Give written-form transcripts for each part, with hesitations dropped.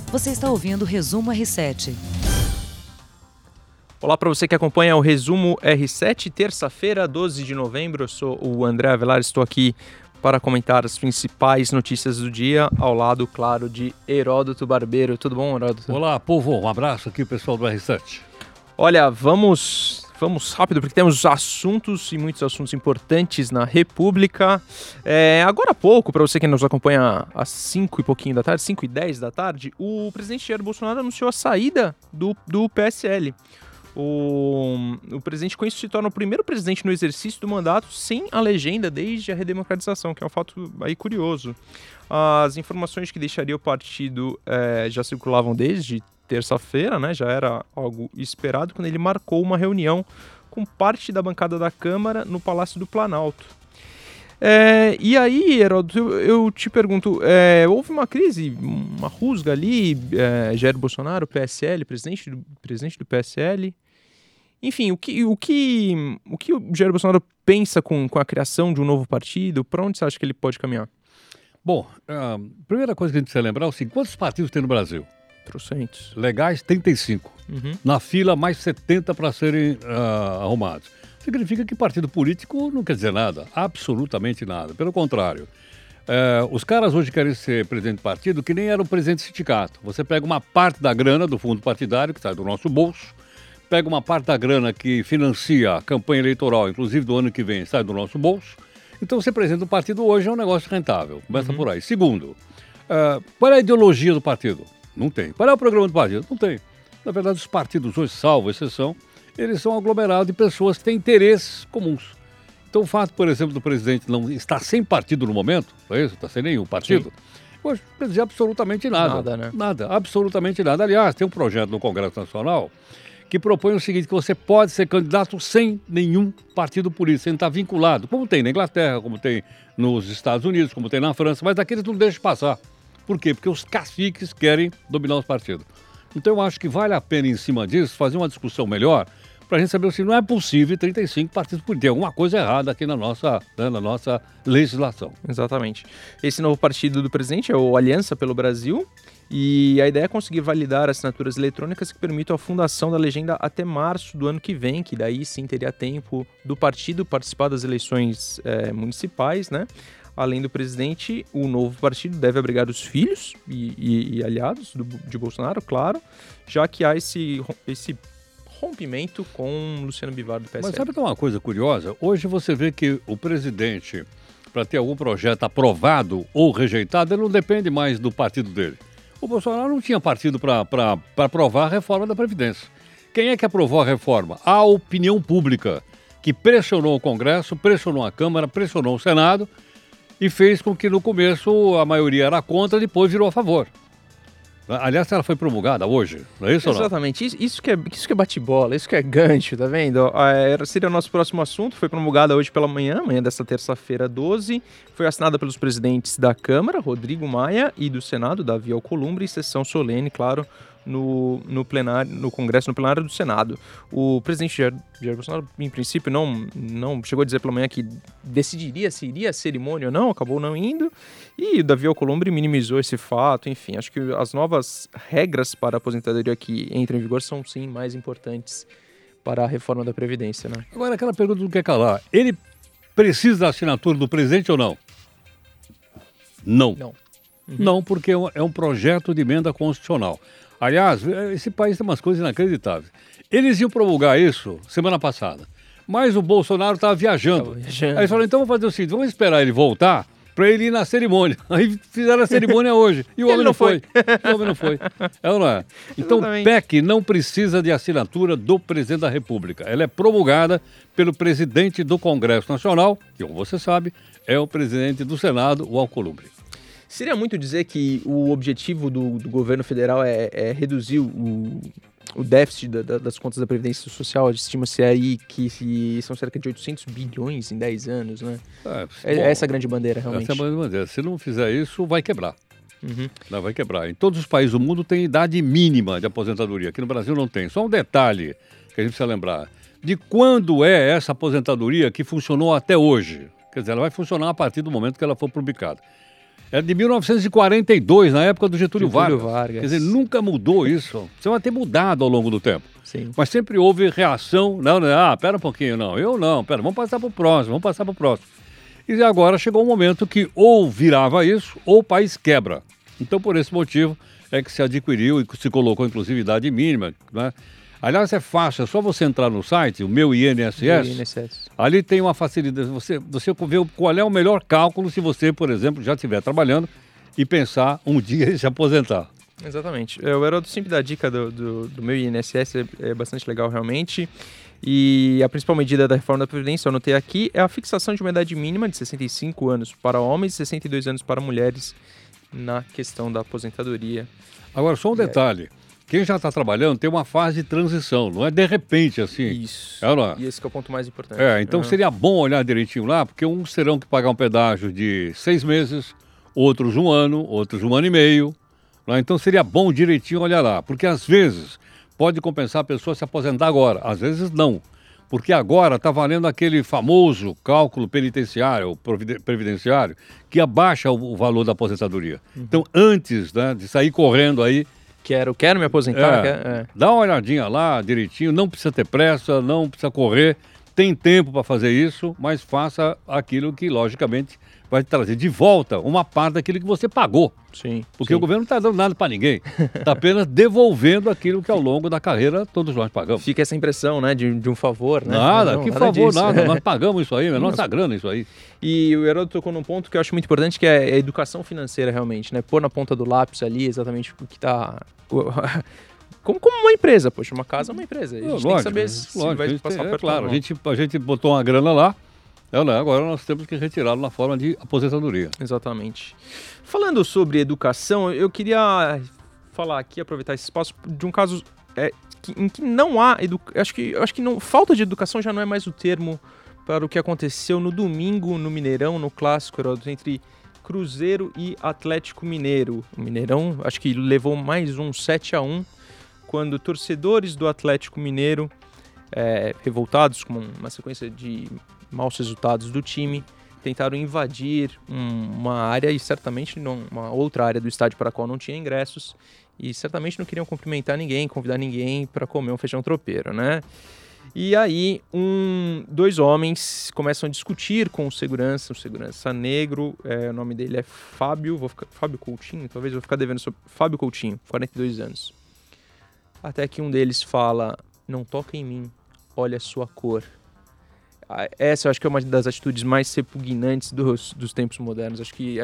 Você está ouvindo o Resumo R7. Olá para você que acompanha o Resumo R7, terça-feira, 12 de novembro. Eu sou o André Avelar, estou aqui para comentar as principais notícias do dia, ao lado, claro, de Heródoto Barbeiro. Tudo bom, Heródoto? Olá, povo. Um abraço aqui, pessoal do R7. Olha, vamos rápido, porque temos assuntos e muitos assuntos importantes na República. Agora há pouco, para você que nos acompanha às 5 e pouquinho da tarde, 5 e 10 da tarde, o presidente Jair Bolsonaro anunciou a saída do PSL. O presidente com isso se torna o primeiro presidente no exercício do mandato sem a legenda desde a redemocratização, que é um fato aí curioso. As informações que deixaria o partido já circulavam desde terça-feira, né? Já era algo esperado, quando ele marcou uma reunião com parte da bancada da Câmara no Palácio do Planalto. E aí, Heródoto, eu te pergunto, houve uma crise, uma rusga ali, Jair Bolsonaro, PSL, presidente do PSL. Enfim, o que o Jair Bolsonaro pensa com a criação de um novo partido? Para onde você acha que ele pode caminhar? Bom, a primeira coisa que a gente precisa lembrar é o seguinte: quantos partidos tem no Brasil? 300. Legais, 35. Na fila, mais 70 para serem arrumados. Significa que partido político não quer dizer nada, absolutamente nada. Pelo contrário, os caras hoje querem ser presidente de partido que nem eram presidente de sindicato. Você pega uma parte da grana do fundo partidário, que sai do nosso bolso, pega uma parte da grana que financia a campanha eleitoral, inclusive do ano que vem, sai do nosso bolso. Então, ser presidente do partido hoje é um negócio rentável. Começa por aí. Segundo, qual é a ideologia do partido? Não tem. Qual é o programa do partido? Não tem. Na verdade, os partidos hoje, salvo exceção, eles são aglomerados de pessoas que têm interesses comuns. Então, o fato, por exemplo, do presidente não estar sem partido no momento, não é isso? Está sem nenhum partido, hoje não quer dizer absolutamente nada. Nada, né? Nada, absolutamente nada. Aliás, tem um projeto no Congresso Nacional que propõe o seguinte, que você pode ser candidato sem nenhum partido político, sem estar vinculado, como tem na Inglaterra, como tem nos Estados Unidos, como tem na França, mas aqui eles não deixam passar. Por quê? Porque os caciques querem dominar os partidos. Então eu acho que vale a pena, em cima disso, fazer uma discussão melhor para a gente saber se não é possível 35 partidos políticos. Tem alguma coisa errada aqui na nossa legislação. Exatamente. Esse novo partido do presidente é o Aliança pelo Brasil, e a ideia é conseguir validar assinaturas eletrônicas que permitam a fundação da legenda até março do ano que vem, que daí sim teria tempo do partido participar das eleições municipais, né? Além do presidente, o novo partido deve abrigar os filhos e aliados de Bolsonaro, claro, já que há esse rompimento com Luciano Bivar do PSL. Mas sabe que é uma coisa curiosa? Hoje você vê que o presidente, para ter algum projeto aprovado ou rejeitado, ele não depende mais do partido dele. O Bolsonaro não tinha partido para aprovar a reforma da Previdência. Quem é que aprovou a reforma? A opinião pública, que pressionou o Congresso, pressionou a Câmara, pressionou o Senado, e fez com que no começo a maioria era contra, depois virou a favor. Aliás, ela foi promulgada hoje, não é isso? Exatamente, ou não? Isso que é bate-bola, isso que é gancho, tá vendo? Seria o nosso próximo assunto, foi promulgada hoje pela manhã dessa terça-feira 12, foi assinada pelos presidentes da Câmara, Rodrigo Maia, e do Senado, Davi Alcolumbre, em sessão solene, claro, no plenário, no Congresso, no plenário do Senado. O presidente Jair Bolsonaro, em princípio, não chegou a dizer pela manhã que decidiria se iria à cerimônia ou não, acabou não indo, e o Davi Alcolumbre minimizou esse fato. Enfim, acho que as novas regras para a aposentadoria que entram em vigor são, sim, mais importantes para a reforma da Previdência, né? Agora, aquela pergunta não quer calar. Ele precisa da assinatura do presidente ou não? Não. Não, porque é um projeto de emenda constitucional. Aliás, esse país tem umas coisas inacreditáveis. Eles iam promulgar isso semana passada, mas o Bolsonaro estava viajando. Aí eles falaram, então vamos fazer o seguinte, vamos esperar ele voltar para ele ir na cerimônia. Aí fizeram a cerimônia hoje e o homem não foi. O homem não foi. É ou não é? Então, PEC não precisa de assinatura do presidente da República. Ela é promulgada pelo presidente do Congresso Nacional, que, como você sabe, é o presidente do Senado, o Alcolumbre. Seria muito dizer que o objetivo do governo federal é reduzir o déficit das contas da Previdência Social? Estima-se aí que são cerca de 800 bilhões em 10 anos, né? Essa é a grande bandeira, realmente. Essa é a grande bandeira. Se não fizer isso, vai quebrar. Não, vai quebrar. Em todos os países do mundo tem idade mínima de aposentadoria. Aqui no Brasil não tem. Só um detalhe que a gente precisa lembrar. De quando é essa aposentadoria que funcionou até hoje? Quer dizer, ela vai funcionar a partir do momento que ela for publicada. É de 1942, na época do Getúlio Vargas. Vargas. Quer dizer, nunca mudou isso. Isso vai ter mudado ao longo do tempo. Sim. Mas sempre houve reação. Não, pera um pouquinho, não. Eu não, pera, vamos passar para o próximo. E agora chegou um momento que ou virava isso, ou o país quebra. Então, por esse motivo, é que se adquiriu e se colocou, inclusive, idade mínima, né? Aliás, é fácil, é só você entrar no site, o Meu INSS. Ali tem uma facilidade, você vê qual é o melhor cálculo se você, por exemplo, já estiver trabalhando e pensar um dia em se aposentar. Exatamente. O Heródoto sempre dá dica do Meu INSS, é bastante legal realmente. E a principal medida da reforma da Previdência, eu anotei aqui, é a fixação de uma idade mínima de 65 anos para homens e 62 anos para mulheres na questão da aposentadoria. Agora, só um detalhe. Quem já está trabalhando tem uma fase de transição, não é de repente assim. Isso. É, e esse que é o ponto mais importante. Então seria bom olhar direitinho lá, porque uns terão que pagar um pedágio de 6 meses, outros 1 ano, outros 1 ano e meio. Né? Então seria bom direitinho olhar lá, porque às vezes pode compensar a pessoa se aposentar agora, às vezes não. Porque agora está valendo aquele famoso cálculo penitenciário, previdenciário, que abaixa o valor da aposentadoria. Então, antes, né, de sair correndo aí... Quero me aposentar. Dá uma olhadinha lá direitinho, não precisa ter pressa, não precisa correr, tem tempo para fazer isso, mas faça aquilo que, logicamente, vai trazer de volta uma parte daquilo que você pagou. Sim. Porque o governo não está dando nada para ninguém, está apenas devolvendo aquilo que ao longo da carreira todos nós pagamos. Fica essa impressão, né, de um favor, né? Nada, favor, nada. Nós pagamos isso aí, é nossa grana isso aí. E o Heródoto tocou num ponto que eu acho muito importante, que é a educação financeira realmente, né? Pôr na ponta do lápis ali exatamente o que está... Como uma empresa, poxa, uma casa é uma empresa. A gente tem que saber se vai passar perto. Claro, a gente botou uma grana lá, agora nós temos que retirá-lo na forma de aposentadoria. Exatamente. Falando sobre educação, eu queria falar aqui, aproveitar esse espaço de um caso em que não há acho que não, falta de educação já não é mais o termo para o que aconteceu no domingo no Mineirão, no clássico, Heródoto, entre Cruzeiro e Atlético Mineiro. O Mineirão acho que levou mais um 7-1, quando torcedores do Atlético Mineiro, revoltados com uma sequência de maus resultados do time, tentaram invadir uma área e certamente uma outra área do estádio para a qual não tinha ingressos e certamente não queriam cumprimentar ninguém, convidar ninguém para comer um feijão tropeiro, né? E aí, dois homens começam a discutir com o segurança negro, o nome dele é Fábio Coutinho, talvez eu vou ficar devendo sobre Fábio Coutinho, 42 anos. Até que um deles fala, não toca em mim, olha a sua cor. Essa eu acho que é uma das atitudes mais repugnantes dos tempos modernos. Acho que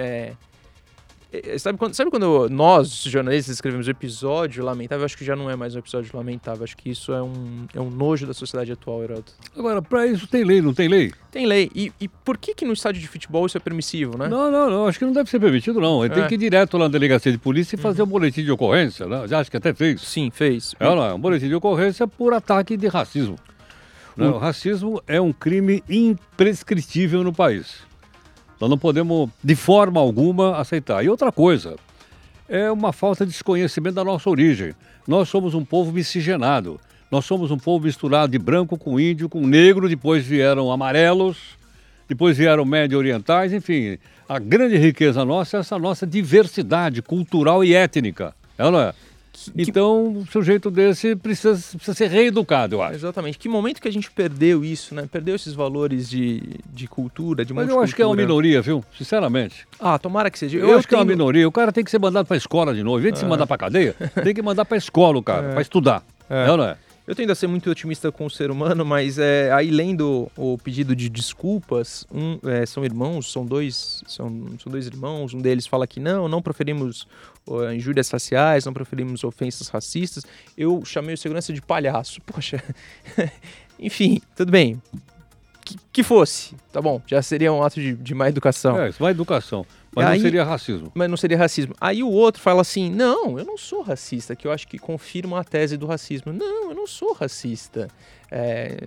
sabe quando nós, jornalistas, escrevemos episódio lamentável? Acho que já não é mais um episódio lamentável. Acho que isso é um nojo da sociedade atual, Heródoto. Agora, para isso tem lei, não tem lei? Tem lei. E por que no estádio de futebol isso é permissivo, né? Não. Acho que não deve ser permitido, não. Ele tem que ir direto lá na delegacia de polícia e fazer um boletim de ocorrência, né? Já acho que até fez. Sim, fez. Um boletim de ocorrência por ataque de racismo. O racismo é um crime imprescritível no país. Nós não podemos, de forma alguma, aceitar. E outra coisa, é uma falta de desconhecimento da nossa origem. Nós somos um povo miscigenado. Nós somos um povo misturado de branco com índio, com negro, depois vieram amarelos, depois vieram médio-orientais, enfim. A grande riqueza nossa é essa nossa diversidade cultural e étnica. Não é? Então, um sujeito desse precisa ser reeducado, eu acho. Exatamente. Que momento que a gente perdeu isso, né? Perdeu esses valores de cultura, de multicultura. Mas eu acho que é uma minoria, viu? Sinceramente. Tomara que seja. Eu acho que é uma minoria. O cara tem que ser mandado pra escola de novo. Em vez de se mandar pra cadeia, tem que mandar pra escola o cara, pra estudar. Não é? Eu tendo a ser muito otimista com o ser humano, mas aí lendo o pedido de desculpas, são irmãos, são dois irmãos, um deles fala que não proferimos injúrias raciais, não proferimos ofensas racistas. Eu chamei o segurança de palhaço. Poxa, enfim, tudo bem. Que fosse, tá bom, já seria um ato de má educação. Isso, má educação, mas não seria racismo. Mas não seria racismo. Aí o outro fala assim, não, eu não sou racista, que eu acho que confirma a tese do racismo. Não, eu não sou racista.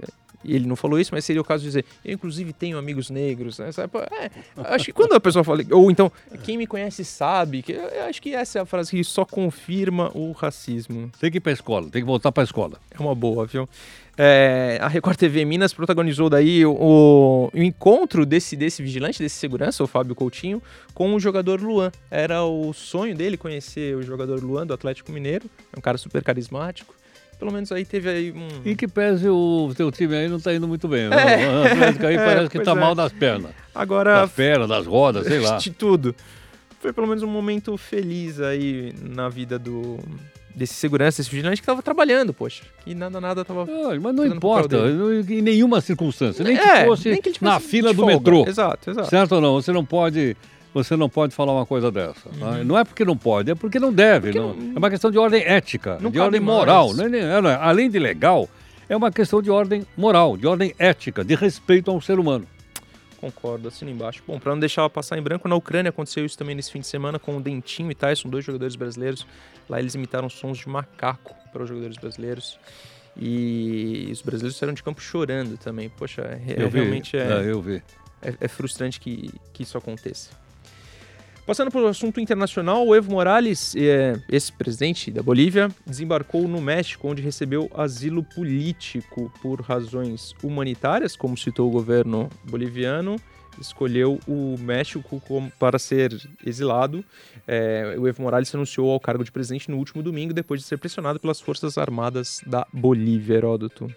e ele não falou isso, mas seria o caso de dizer, eu inclusive tenho amigos negros, né? Acho que quando a pessoa fala, ou então, quem me conhece sabe, acho que essa é a frase que só confirma o racismo. Tem que ir pra escola, tem que voltar pra escola. É uma boa, viu? A Record TV Minas protagonizou daí o encontro desse vigilante, desse segurança, o Fábio Coutinho, com o jogador Luan. Era o sonho dele conhecer o jogador Luan do Atlético Mineiro, é um cara super carismático. Pelo menos aí teve aí E que pese o teu time aí não tá indo muito bem. Né? O Atlético aí parece que tá mal das pernas. Agora, das pernas, das rodas, sei lá. De tudo. Foi pelo menos um momento feliz aí na vida desse segurança, desse vigilante que tava trabalhando, poxa. Que nada tava... mas não importa, em nenhuma circunstância. Nem que fosse nem que ele na fila do metrô. Exato. Certo ou não? Você não pode falar uma coisa dessa. Uhum. Não é porque não pode, é porque não deve. É uma questão de ordem ética, de ordem moral. Além de legal, é uma questão de ordem moral, de ordem ética, de respeito ao ser humano. Concordo, assino embaixo. Bom, para não deixar passar em branco, na Ucrânia aconteceu isso também nesse fim de semana com o Dentinho e Tyson, 2 jogadores brasileiros. Lá eles imitaram sons de macaco para os jogadores brasileiros. E os brasileiros saíram de campo chorando também. Poxa, realmente eu vi. É frustrante que isso aconteça. Passando para o assunto internacional, o Evo Morales, ex-presidente da Bolívia, desembarcou no México, onde recebeu asilo político por razões humanitárias, como citou o governo boliviano, escolheu o México para ser exilado. O Evo Morales se anunciou ao cargo de presidente no último domingo, depois de ser pressionado pelas Forças Armadas da Bolívia, Heródoto.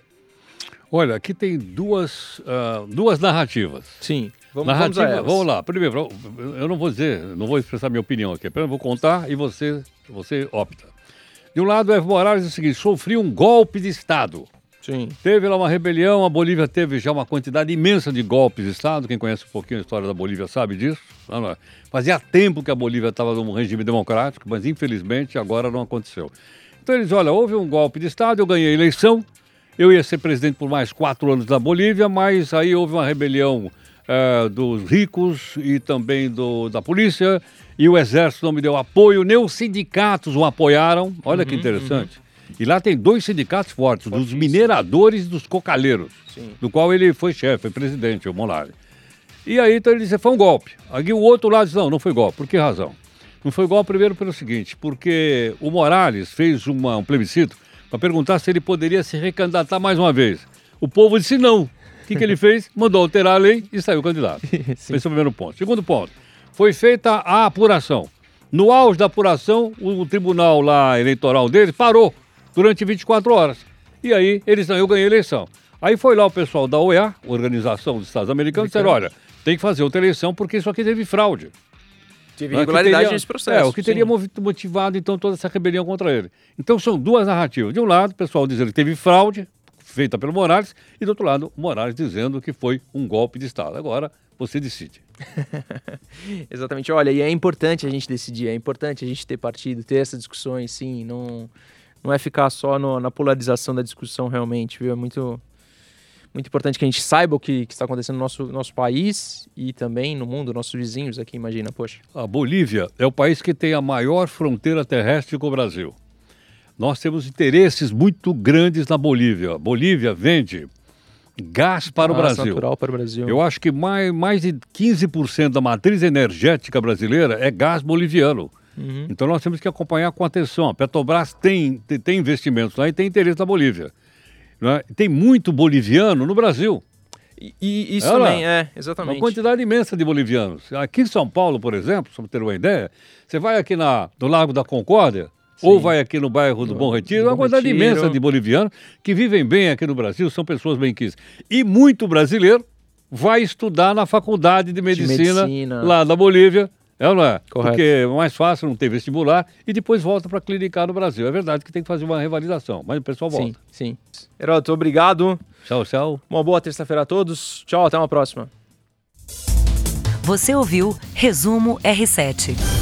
Olha, aqui tem duas narrativas. Sim. Vamos lá. Primeiro, eu não vou expressar minha opinião aqui. Apenas vou contar e você opta. De um lado, o Evo Morales diz o seguinte: sofreu um golpe de Estado. Sim. Teve lá uma rebelião, a Bolívia teve já uma quantidade imensa de golpes de Estado. Quem conhece um pouquinho a história da Bolívia sabe disso. Fazia tempo que a Bolívia estava num regime democrático, mas infelizmente agora não aconteceu. Então eles, houve um golpe de Estado, eu ganhei a eleição, eu ia ser presidente por mais 4 anos da Bolívia, mas aí houve uma rebelião dos ricos e também da polícia, e o exército não me deu apoio, nem os sindicatos o apoiaram. Olha que interessante. E lá tem 2 sindicatos fortes, dos mineradores e dos cocaleiros, do qual ele foi chefe, foi presidente, o Morales. E aí então ele disse, foi um golpe. Aí o outro lado disse, não foi golpe. Por que razão? Não foi golpe primeiro pelo seguinte, porque o Morales fez um plebiscito para perguntar se ele poderia se recandidatar mais uma vez. O povo disse não. O que ele fez? Mandou alterar a lei e saiu candidato. Esse é o primeiro ponto. Segundo ponto, foi feita a apuração. No auge da apuração, o tribunal lá eleitoral deles parou durante 24 horas. E aí eles eu ganhei a eleição. Aí foi lá o pessoal da OEA, Organização dos Estados Americanos, e disseram, olha, tem que fazer outra eleição porque isso aqui teve fraude. Teve irregularidade nesse processo. O que teria motivado, então, toda essa rebelião contra ele. Então, são 2 narrativas. De um lado, o pessoal dizendo que teve fraude, feita pelo Morales, e do outro lado, o Morales dizendo que foi um golpe de Estado. Agora, você decide. Exatamente. Olha, e é importante a gente decidir, é importante a gente ter partido, ter essas discussões, sim, não é ficar só na polarização da discussão realmente, viu? É muito importante que a gente saiba o que está acontecendo no nosso país e também no mundo, nossos vizinhos aqui, imagina, poxa. A Bolívia é o país que tem a maior fronteira terrestre com o Brasil. Nós temos interesses muito grandes na Bolívia. A Bolívia vende gás para o Brasil. Natural para o Brasil. Eu acho que mais de 15% da matriz energética brasileira é gás boliviano. Então nós temos que acompanhar com atenção. A Petrobras tem investimentos lá e tem interesse na Bolívia. Né? Tem muito boliviano no Brasil. E isso também, exatamente. Uma quantidade imensa de bolivianos. Aqui em São Paulo, por exemplo, só para ter uma ideia, você vai aqui no Largo da Concórdia, ou vai aqui no bairro do Bom Retiro, uma quantidade imensa de bolivianos que vivem bem aqui no Brasil, são pessoas bem-quistas. E muito brasileiro vai estudar na faculdade de medicina lá da Bolívia. É ou não é? Correto. Porque é mais fácil não ter vestibular e depois volta para clinicar no Brasil. É verdade que tem que fazer uma revalidação, mas o pessoal volta. Sim. Heródoto, obrigado. Tchau. Uma boa terça-feira a todos. Tchau, até uma próxima. Você ouviu Resumo R7.